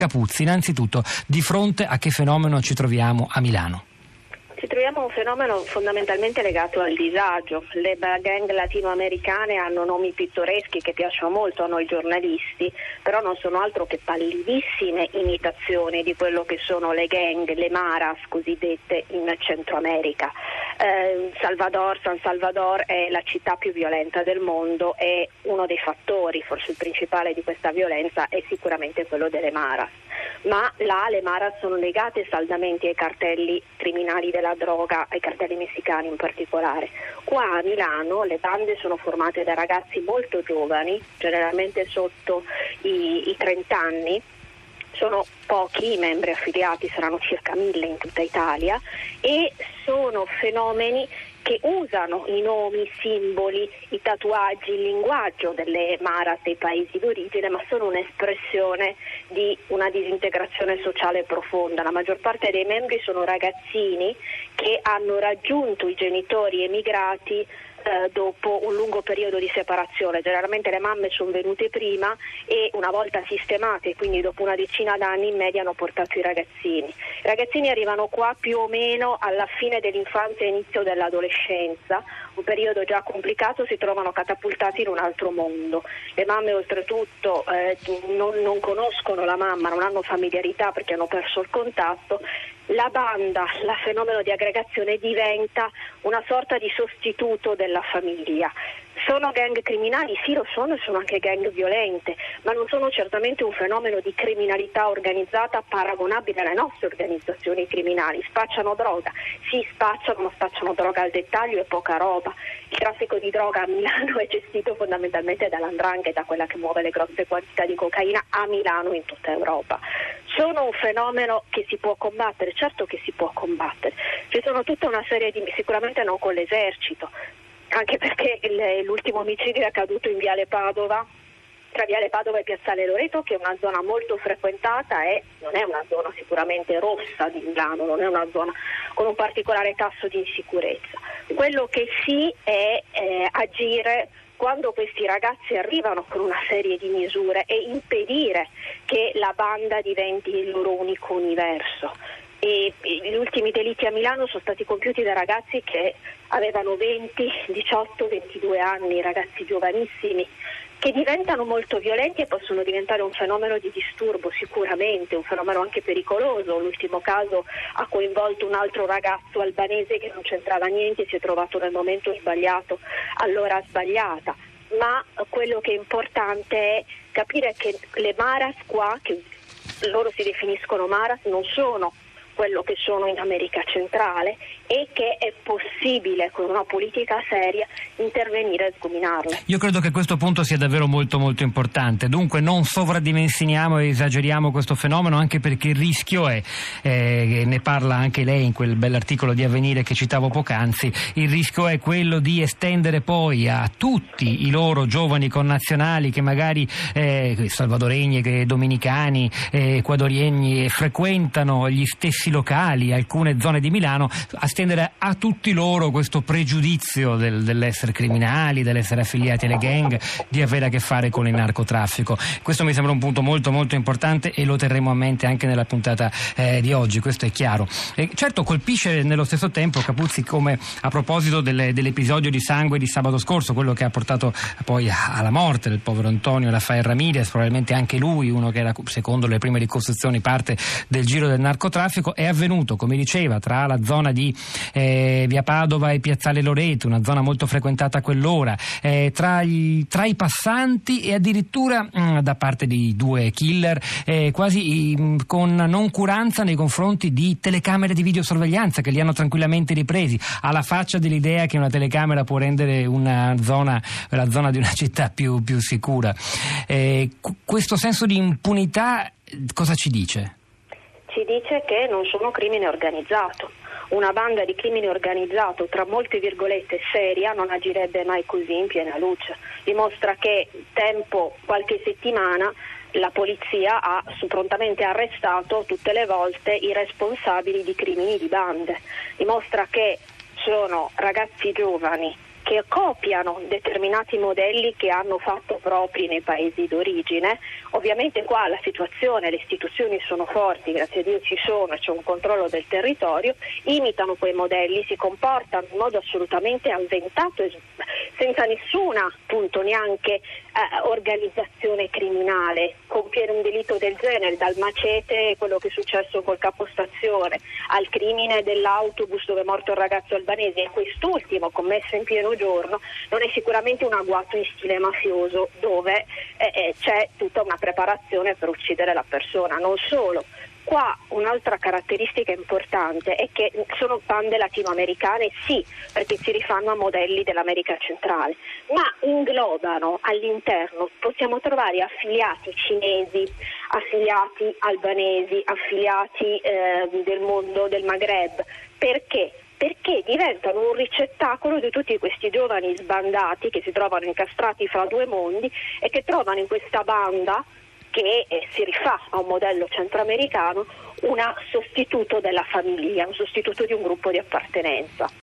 Capuzzi, innanzitutto, di fronte a che fenomeno ci troviamo a Milano? Ci troviamo un fenomeno fondamentalmente legato al disagio. Le gang latinoamericane hanno nomi pittoreschi che piacciono molto a noi giornalisti, però non sono altro che pallidissime imitazioni di quello che sono le gang, le maras cosiddette in Centro America. San Salvador è la città più violenta del mondo e uno dei fattori, forse il principale di questa violenza, è sicuramente quello delle maras. Ma là le maras sono legate saldamente ai cartelli criminali della droga, ai cartelli messicani in particolare. Qua a Milano le bande sono formate da ragazzi molto giovani, generalmente sotto i 30 anni. Sono pochi i membri affiliati, saranno circa 1000 in tutta Italia, e sono fenomeni che usano i nomi, i simboli, i tatuaggi, il linguaggio delle maras dei paesi d'origine, ma sono un'espressione di una disintegrazione sociale profonda. La maggior parte dei membri sono ragazzini che hanno raggiunto i genitori emigrati dopo un lungo periodo di separazione. Generalmente le mamme sono venute prima e una volta sistemate, quindi dopo una decina d'anni in media, hanno portato i ragazzini. I ragazzini arrivano qua più o meno alla fine dell'infanzia e inizio dell'adolescenza, un periodo già complicato, si trovano catapultati in un altro mondo. Le mamme oltretutto non conoscono la mamma, non hanno familiarità perché hanno perso il contatto. La banda, il fenomeno di aggregazione diventa una sorta di sostituto della famiglia. Sono gang criminali? Sì, lo sono, e sono anche gang violente, ma non sono certamente un fenomeno di criminalità organizzata paragonabile alle nostre organizzazioni criminali. Spacciano droga, sì, spacciano, ma spacciano droga al dettaglio e poca roba. Il traffico di droga a Milano è gestito fondamentalmente dall''ndrangheta, quella che muove le grosse quantità di cocaina a Milano e in tutta Europa. Sono un fenomeno che si può combattere, certo che si può combattere. Ci sono tutta una serie di, sicuramente non con l'esercito, anche perché l'ultimo omicidio è accaduto in Viale Padova, tra Viale Padova e Piazzale Loreto, che è una zona molto frequentata e non è una zona sicuramente rossa di Milano, non è una zona con un particolare tasso di insicurezza. Quello che sì è agire quando questi ragazzi arrivano con una serie di misure e impedire che la banda diventi il loro unico universo. E gli ultimi delitti a Milano sono stati compiuti da ragazzi che avevano 20, 18, 22 anni, ragazzi giovanissimi, che diventano molto violenti e possono diventare un fenomeno di disturbo sicuramente, un fenomeno anche pericoloso. L'ultimo caso ha coinvolto un altro ragazzo albanese che non c'entrava niente e si è trovato nel momento sbagliato, all'ora sbagliata. Ma quello che è importante è capire che le maras qua, che loro si definiscono maras, non sono quello che sono in America centrale e che è possibile con una politica seria intervenire e sgominarle. Io credo che questo punto sia davvero molto molto importante, dunque non sovradimensioniamo e esageriamo questo fenomeno, anche perché il rischio è, ne parla anche lei in quel bell'articolo di Avvenire che citavo poc'anzi, il rischio è quello di estendere poi a tutti i loro giovani connazionali che magari salvadoregni, dominicani, ecuadorieni frequentano gli stessi locali, alcune zone di Milano, a stendere a tutti loro questo pregiudizio dell'essere criminali, dell'essere affiliati alle gang, di avere a che fare con il narcotraffico. Questo mi sembra un punto molto molto importante e lo terremo a mente anche nella puntata di oggi, questo è chiaro. Certo colpisce nello stesso tempo, Capuzzi, come a proposito dell'episodio di sangue di sabato scorso, quello che ha portato poi alla morte del povero Antonio Rafael Ramirez, probabilmente anche lui uno che era, secondo le prime ricostruzioni, parte del giro del narcotraffico. È avvenuto, come diceva, tra la zona di Via Padova e Piazzale Loreto, una zona molto frequentata a quell'ora, tra i passanti e addirittura da parte di due killer, quasi con noncuranza nei confronti di telecamere di videosorveglianza che li hanno tranquillamente ripresi, alla faccia dell'idea che una telecamera può rendere la zona di una città più sicura. Questo senso di impunità cosa ci dice? Ci dice che non sono crimine organizzato. Una banda di crimine organizzato, tra molte virgolette seria, non agirebbe mai così in piena luce. Dimostra che tempo qualche settimana la polizia ha prontamente arrestato tutte le volte i responsabili di crimini di bande. Dimostra che sono ragazzi giovani che copiano determinati modelli che hanno fatto propri nei paesi d'origine. Ovviamente qua la situazione, le istituzioni sono forti, grazie a Dio ci sono, c'è un controllo del territorio, imitano quei modelli, si comportano in modo assolutamente avventato, senza nessuna appunto neanche organizzazione criminale. Compiere un delitto del genere, dal macete, quello che è successo col capostazione, al crimine dell'autobus dove è morto il ragazzo albanese, e quest'ultimo commesso in pieno giorno, non è sicuramente un agguato in stile mafioso dove c'è tutta una preparazione per uccidere la persona. Non solo, qua un'altra caratteristica importante è che sono bande latinoamericane, sì, perché si rifanno a modelli dell'America centrale, ma inglobano all'interno, possiamo trovare affiliati cinesi, affiliati albanesi, affiliati del mondo del Maghreb. Perché? Perché diventano un ricettacolo di tutti questi giovani sbandati che si trovano incastrati fra due mondi e che trovano in questa banda, che si rifà a un modello centroamericano, un sostituto della famiglia, un sostituto di un gruppo di appartenenza.